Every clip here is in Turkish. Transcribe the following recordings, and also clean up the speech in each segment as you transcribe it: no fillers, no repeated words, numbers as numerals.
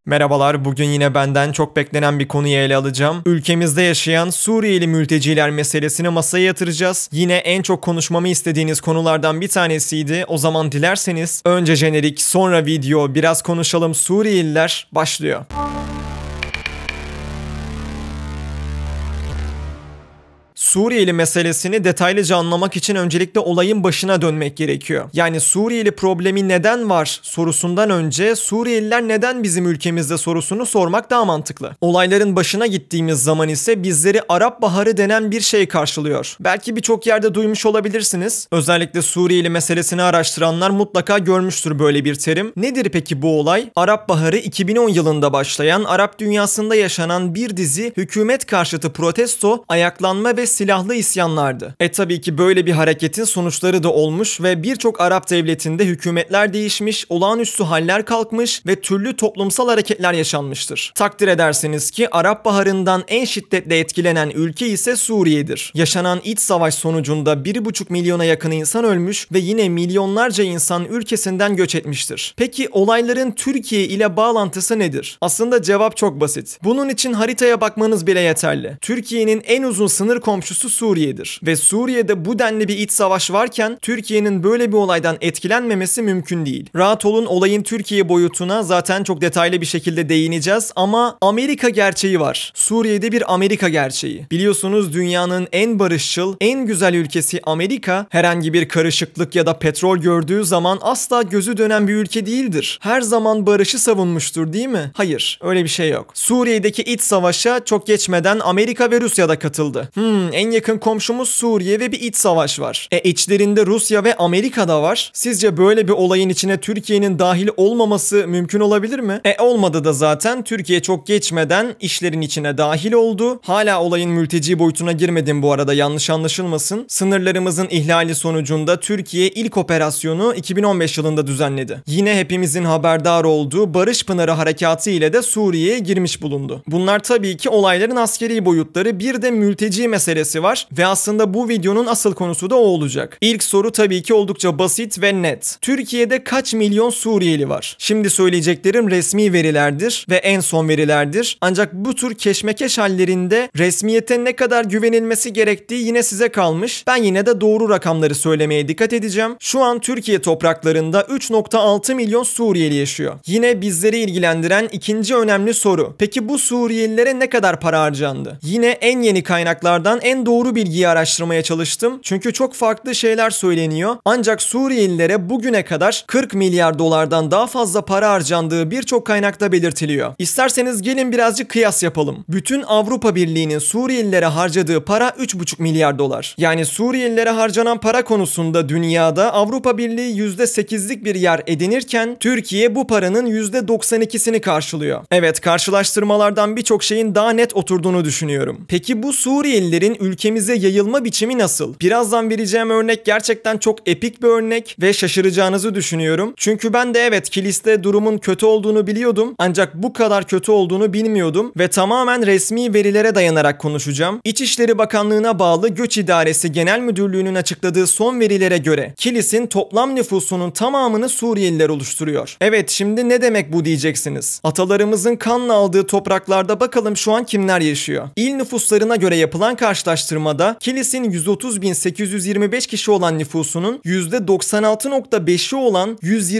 Merhabalar, bugün yine benden çok beklenen bir konuyu ele alacağım. Ülkemizde yaşayan Suriyeli mülteciler meselesini masaya yatıracağız. Yine en çok konuşmamı istediğiniz konulardan bir tanesiydi. O zaman dilerseniz önce jenerik, sonra video, biraz konuşalım Suriyeliler başlıyor. Suriyeli meselesini detaylıca anlamak için öncelikle olayın başına dönmek gerekiyor. Yani Suriyeli problemi neden var sorusundan önce Suriyeliler neden bizim ülkemizde sorusunu sormak daha mantıklı. Olayların başına gittiğimiz zaman ise bizleri Arap Baharı denen bir şey karşılıyor. Belki birçok yerde duymuş olabilirsiniz. Özellikle Suriyeli meselesini araştıranlar mutlaka görmüştür böyle bir terim. Nedir peki bu olay? Arap Baharı 2010 yılında başlayan Arap dünyasında yaşanan bir dizi hükümet karşıtı protesto, ayaklanma ve silahlı isyanlardı. Tabii ki böyle bir hareketin sonuçları da olmuş ve birçok Arap devletinde hükümetler değişmiş, olağanüstü haller kalkmış ve türlü toplumsal hareketler yaşanmıştır. Takdir edersiniz ki Arap Baharı'ndan en şiddetle etkilenen ülke ise Suriye'dir. Yaşanan iç savaş sonucunda 1,5 milyona yakın insan ölmüş ve yine milyonlarca insan ülkesinden göç etmiştir. Peki olayların Türkiye ile bağlantısı nedir? Aslında cevap çok basit. Bunun için haritaya bakmanız bile yeterli. Türkiye'nin en uzun sınır komşusu Suriye'dir. Ve Suriye'de bu denli bir iç savaş varken Türkiye'nin böyle bir olaydan etkilenmemesi mümkün değil. Rahat olun, olayın Türkiye boyutuna zaten çok detaylı bir şekilde değineceğiz ama Amerika gerçeği var. Suriye'de bir Amerika gerçeği. Biliyorsunuz dünyanın en barışçıl, en güzel ülkesi Amerika herhangi bir karışıklık ya da petrol gördüğü zaman asla gözü dönen bir ülke değildir. Her zaman barışı savunmuştur, değil mi? Hayır, öyle bir şey yok. Suriye'deki iç savaşa çok geçmeden Amerika ve Rusya da katıldı. En yakın komşumuz Suriye ve bir iç savaş var. İçlerinde Rusya ve Amerika da var. Sizce böyle bir olayın içine Türkiye'nin dahil olmaması mümkün olabilir mi? Olmadı da zaten. Türkiye çok geçmeden işlerin içine dahil oldu. Hala olayın mülteci boyutuna girmedim bu arada, yanlış anlaşılmasın. Sınırlarımızın ihlali sonucunda Türkiye ilk operasyonu 2015 yılında düzenledi. Yine hepimizin haberdar olduğu Barış Pınarı Harekatı ile de Suriye'ye girmiş bulundu. Bunlar tabii ki olayların askeri boyutları, bir de mülteci meselesi var ve aslında bu videonun asıl konusu da o olacak. İlk soru tabii ki oldukça basit ve net. Türkiye'de kaç milyon Suriyeli var? Şimdi söyleyeceklerim resmi verilerdir ve en son verilerdir. Ancak bu tür keşmekeş hallerinde resmiyete ne kadar güvenilmesi gerektiği yine size kalmış. Ben yine de doğru rakamları söylemeye dikkat edeceğim. Şu an Türkiye topraklarında 3,6 milyon Suriyeli yaşıyor. Yine bizleri ilgilendiren ikinci önemli soru. Peki bu Suriyelilere ne kadar para harcandı? Yine en yeni kaynaklardan en doğru bilgiyi araştırmaya çalıştım. Çünkü çok farklı şeyler söyleniyor. Ancak Suriyelilere bugüne kadar 40 milyar dolardan daha fazla para harcandığı birçok kaynakta belirtiliyor. İsterseniz gelin birazcık kıyas yapalım. Bütün Avrupa Birliği'nin Suriyelilere harcadığı para 3,5 milyar dolar. Yani Suriyelilere harcanan para konusunda dünyada Avrupa Birliği %8'lik bir yer edinirken Türkiye bu paranın %92'sini karşılıyor. Evet, karşılaştırmalardan birçok şeyin daha net oturduğunu düşünüyorum. Peki bu Suriyelilerin ülkemize yayılma biçimi nasıl? Birazdan vereceğim örnek gerçekten çok epik bir örnek ve şaşıracağınızı düşünüyorum. Çünkü ben de evet, Kilis'te durumun kötü olduğunu biliyordum. Ancak bu kadar kötü olduğunu bilmiyordum ve tamamen resmi verilere dayanarak konuşacağım. İçişleri Bakanlığı'na bağlı Göç İdaresi Genel Müdürlüğü'nün açıkladığı son verilere göre Kilis'in toplam nüfusunun tamamını Suriyeliler oluşturuyor. Evet, şimdi ne demek bu diyeceksiniz. Atalarımızın kanla aldığı topraklarda bakalım şu an kimler yaşıyor? İl nüfuslarına göre yapılan karşılaştırmada Kilis'in 130.825 kişi olan nüfusunun %96,5'i olan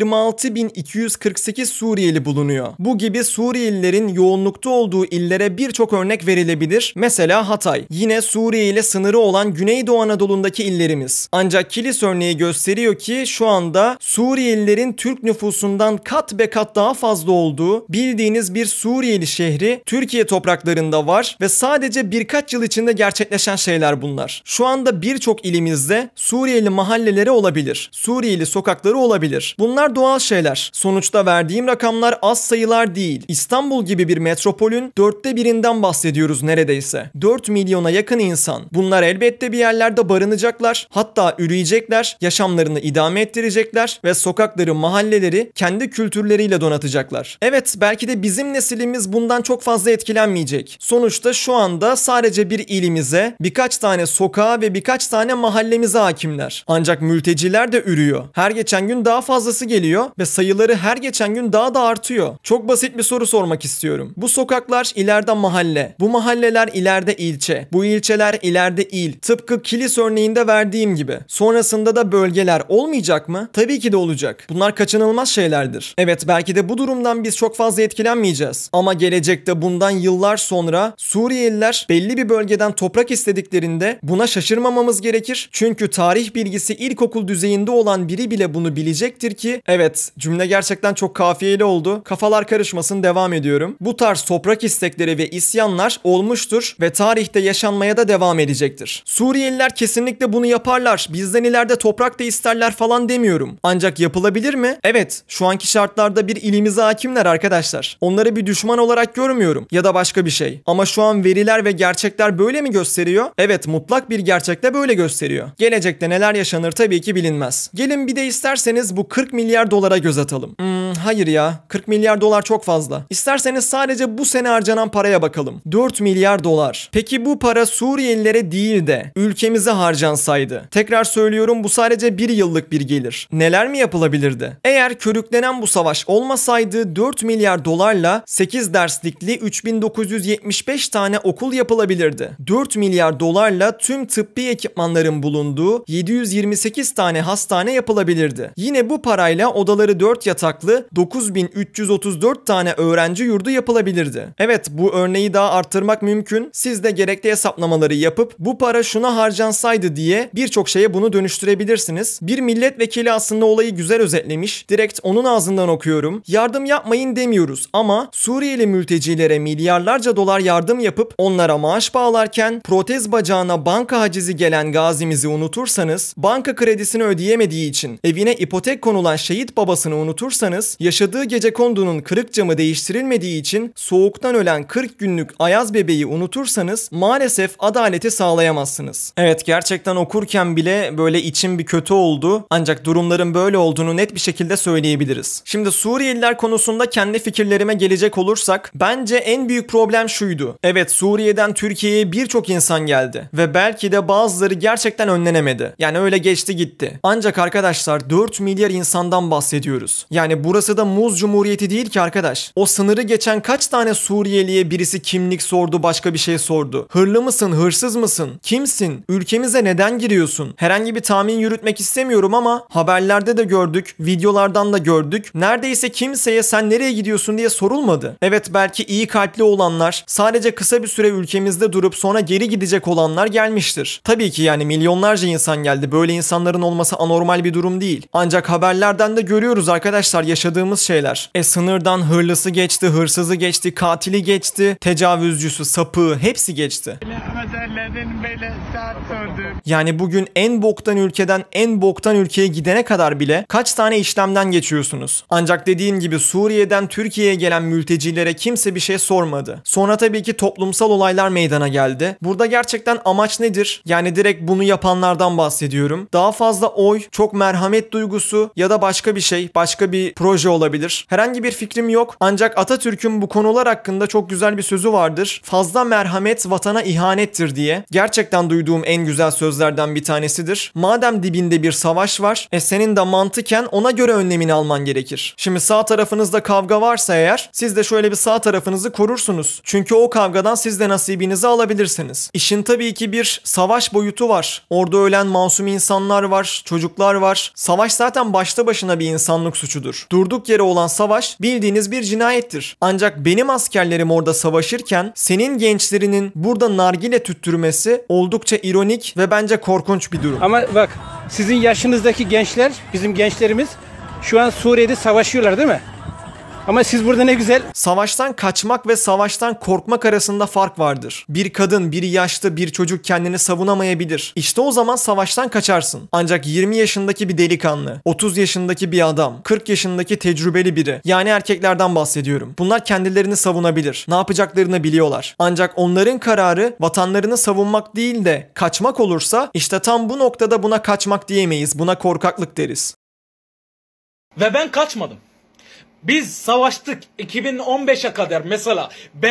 126.248 Suriyeli bulunuyor. Bu gibi Suriyelilerin yoğunlukta olduğu illere birçok örnek verilebilir. Mesela Hatay. Yine Suriye ile sınırı olan Güneydoğu Anadolu'ndaki illerimiz. Ancak Kilis örneği gösteriyor ki şu anda Suriyelilerin Türk nüfusundan kat be kat daha fazla olduğu bildiğiniz bir Suriyeli şehri Türkiye topraklarında var ve sadece birkaç yıl içinde gerçekleşen şeyler bunlar. Şu anda birçok ilimizde Suriyeli mahalleleri olabilir. Suriyeli sokakları olabilir. Bunlar doğal şeyler. Sonuçta verdiğim rakamlar az sayılar değil. İstanbul gibi bir metropolün 1/4'ünden bahsediyoruz neredeyse. 4 milyona yakın insan. Bunlar elbette bir yerlerde barınacaklar. Hatta üreyecekler, yaşamlarını idame ettirecekler ve sokakları, mahalleleri kendi kültürleriyle donatacaklar. Evet, belki de bizim neslimiz bundan çok fazla etkilenmeyecek. Sonuçta şu anda sadece bir ilimize ülkemize, birkaç tane sokağa ve birkaç tane mahallemize hakimler. Ancak mülteciler de ürüyor. Her geçen gün daha fazlası geliyor ve sayıları her geçen gün daha da artıyor. Çok basit bir soru sormak istiyorum. Bu sokaklar ileride mahalle, bu mahalleler ileride ilçe, bu ilçeler ileride il. Tıpkı Kilis örneğinde verdiğim gibi. Sonrasında da bölgeler olmayacak mı? Tabii ki de olacak. Bunlar kaçınılmaz şeylerdir. Evet, belki de bu durumdan biz çok fazla etkilenmeyeceğiz. Ama gelecekte bundan yıllar sonra Suriyeliler belli bir bölgeden toprak istediklerinde buna şaşırmamamız gerekir. Çünkü tarih bilgisi ilkokul düzeyinde olan biri bile bunu bilecektir ki, evet, cümle gerçekten çok kafiyeli oldu. Kafalar karışmasın, devam ediyorum. Bu tarz toprak istekleri ve isyanlar olmuştur ve tarihte yaşanmaya da devam edecektir. Suriyeliler kesinlikle bunu yaparlar. Bizden ileride toprak da isterler falan demiyorum. Ancak yapılabilir mi? Evet, şu anki şartlarda bir ilimize hakimler arkadaşlar. Onları bir düşman olarak görmüyorum ya da başka bir şey. Ama şu an veriler ve gerçekler böyle mi gösteriyor? Evet, mutlak bir gerçekte böyle gösteriyor. Gelecekte neler yaşanır tabii ki bilinmez. Gelin bir de isterseniz bu 40 milyar dolara göz atalım. Hayır ya, 40 milyar dolar çok fazla. İsterseniz sadece bu sene harcanan paraya bakalım. 4 milyar dolar. Peki bu para Suriyelilere değil de ülkemize harcansaydı? Tekrar söylüyorum, bu sadece bir yıllık bir gelir. Neler mi yapılabilirdi? Eğer körüklenen bu savaş olmasaydı 4 milyar dolarla 8 derslikli 3975 tane okul yapılabilirdi. 4 milyar dolarla tüm tıbbi ekipmanların bulunduğu 728 tane hastane yapılabilirdi. Yine bu parayla odaları 4 yataklı 9334 tane öğrenci yurdu yapılabilirdi. Evet, bu örneği daha arttırmak mümkün. Siz de gerekli hesaplamaları yapıp bu para şuna harcansaydı diye birçok şeye bunu dönüştürebilirsiniz. Bir milletvekili aslında olayı güzel özetlemiş. Direkt onun ağzından okuyorum. Yardım yapmayın demiyoruz ama Suriyeli mültecilere milyarlarca dolar yardım yapıp onlara maaş bağlarken protez bacağına banka hacizi gelen gazimizi unutursanız, banka kredisini ödeyemediği için evine ipotek konulan şehit babasını unutursanız, yaşadığı gecekondunun kırık camı değiştirilmediği için soğuktan ölen 40 günlük Ayaz bebeği unutursanız maalesef adaleti sağlayamazsınız. Evet, gerçekten okurken bile böyle içim bir kötü oldu. Ancak durumların böyle olduğunu net bir şekilde söyleyebiliriz. Şimdi Suriyeliler konusunda kendi fikirlerime gelecek olursak, bence en büyük problem şuydu. Evet, Suriye'den Türkiye'ye birçok insan geldi ve belki de bazıları gerçekten önlenemedi. Yani öyle geçti gitti. Ancak arkadaşlar 4 milyar insandan bahsediyoruz. Yani burası da muz cumhuriyeti değil ki arkadaş. O sınırı geçen kaç tane Suriyeliye birisi kimlik sordu, başka bir şey sordu. Hırlı mısın, hırsız mısın? Kimsin? Ülkemize neden giriyorsun? Herhangi bir tahmin yürütmek istemiyorum ama haberlerde de gördük, videolardan da gördük. Neredeyse kimseye sen nereye gidiyorsun diye sorulmadı. Evet, belki iyi kalpli olanlar, sadece kısa bir süre ülkemizde durup sonra geri gidecek olanlar gelmiştir. Tabii ki yani milyonlarca insan geldi. Böyle insanların olması anormal bir durum değil. Ancak haberlerden de görüyoruz arkadaşlar yaşadığımız şeyler. Sınırdan hırlısı geçti, hırsızı geçti, katili geçti, tecavüzcüsü, sapığı hepsi geçti. Yani bugün en boktan ülkeden en boktan ülkeye gidene kadar bile kaç tane işlemden geçiyorsunuz. Ancak dediğim gibi Suriye'den Türkiye'ye gelen mültecilere kimse bir şey sormadı. Sonra tabii ki toplumsal olaylar meydana geldi. Burada gerçekten amaç nedir? Yani direkt bunu yapanlardan bahsediyorum. Daha fazla oy, çok merhamet duygusu ya da başka bir şey, başka bir proje olabilir. Herhangi bir fikrim yok. Ancak Atatürk'ün bu konular hakkında çok güzel bir sözü vardır. Fazla merhamet vatana ihanettir diye. Gerçekten duyduğum en güzel sözlerden bir tanesidir. Madem dibinde bir savaş var, senin de mantıken ona göre önlemini alman gerekir. Şimdi sağ tarafınızda kavga varsa eğer, siz de şöyle bir sağ tarafınızı korursunuz. Çünkü o kavgadan siz de nasibinizi alabilirsiniz. İşin tabii ki bir savaş boyutu var. Orada ölen masum insanlar var, çocuklar var. Savaş zaten başta başına bir insanlık suçudur. Durduk yere olan savaş bildiğiniz bir cinayettir. Ancak benim askerlerim orada savaşırken senin gençlerinin burada nargile tüttürmesi oldukça ironik ve bence korkunç bir durum. Ama bak, sizin yaşınızdaki gençler, bizim gençlerimiz şu an Suriye'de savaşıyorlar değil mi? Ama siz burada ne güzel. Savaştan kaçmak ve savaştan korkmak arasında fark vardır. Bir kadın, bir yaşlı, bir çocuk kendini savunamayabilir. İşte o zaman savaştan kaçarsın. Ancak 20 yaşındaki bir delikanlı, 30 yaşındaki bir adam, 40 yaşındaki tecrübeli biri, yani erkeklerden bahsediyorum. Bunlar kendilerini savunabilir. Ne yapacaklarını biliyorlar. Ancak onların kararı vatanlarını savunmak değil de kaçmak olursa, işte tam bu noktada buna kaçmak diyemeyiz. Buna korkaklık deriz. Ve ben kaçmadım. Biz savaştık 2015'e kadar mesela. Ben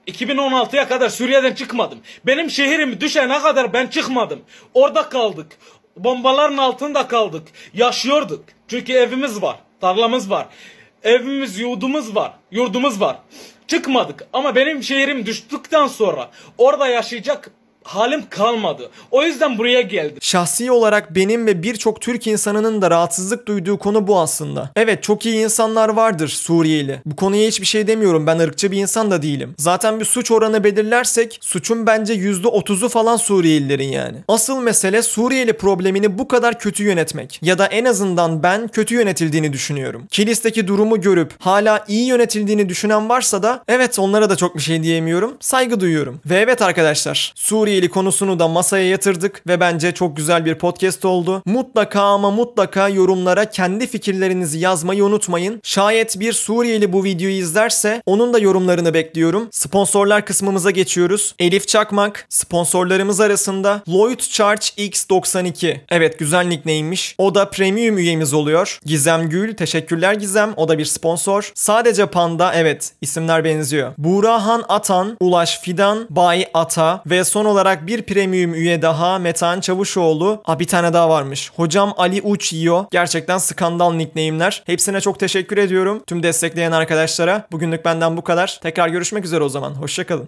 2016'ya kadar Suriye'den çıkmadım. Benim şehrim düşene kadar ben çıkmadım. Orada kaldık. Bombaların altında kaldık. Yaşıyorduk. Çünkü evimiz var. Tarlamız var. Evimiz, yurdumuz var. Çıkmadık ama benim şehrim düştükten sonra orada yaşayacak halim kalmadı. O yüzden buraya geldim. Şahsi olarak benim ve birçok Türk insanının da rahatsızlık duyduğu konu bu aslında. Evet, çok iyi insanlar vardır Suriyeli. Bu konuya hiçbir şey demiyorum. Ben ırkçı bir insan da değilim. Zaten bir suç oranı belirlersek suçun bence %30'u falan Suriyelilerin yani. Asıl mesele Suriyeli problemini bu kadar kötü yönetmek. Ya da en azından ben kötü yönetildiğini düşünüyorum. Kilis'teki durumu görüp hala iyi yönetildiğini düşünen varsa da evet, onlara da çok bir şey diyemiyorum. Saygı duyuyorum. Ve evet arkadaşlar, Suriyeli konusunu da masaya yatırdık ve bence çok güzel bir podcast oldu. Mutlaka ama mutlaka yorumlara kendi fikirlerinizi yazmayı unutmayın. Şayet bir Suriyeli bu videoyu izlerse onun da yorumlarını bekliyorum. Sponsorlar kısmımıza geçiyoruz. Elif Çakmak sponsorlarımız arasında. Lloyd Charge X92. Evet, güzel nickneymiş. O da premium üyemiz oluyor. Gizem Gül, teşekkürler Gizem. O da bir sponsor. Sadece Panda, evet, isimler benziyor. Buğrahan Atan, Ulaş Fidan, Bay Ata ve son olarak bir premium üye daha Metehan Çavuşoğlu. Bir tane daha varmış. Hocam Ali Uç yiyor. Gerçekten skandal nickname'ler. Hepsine çok teşekkür ediyorum. Tüm destekleyen arkadaşlara. Bugünlük benden bu kadar. Tekrar görüşmek üzere o zaman. Hoşça kalın.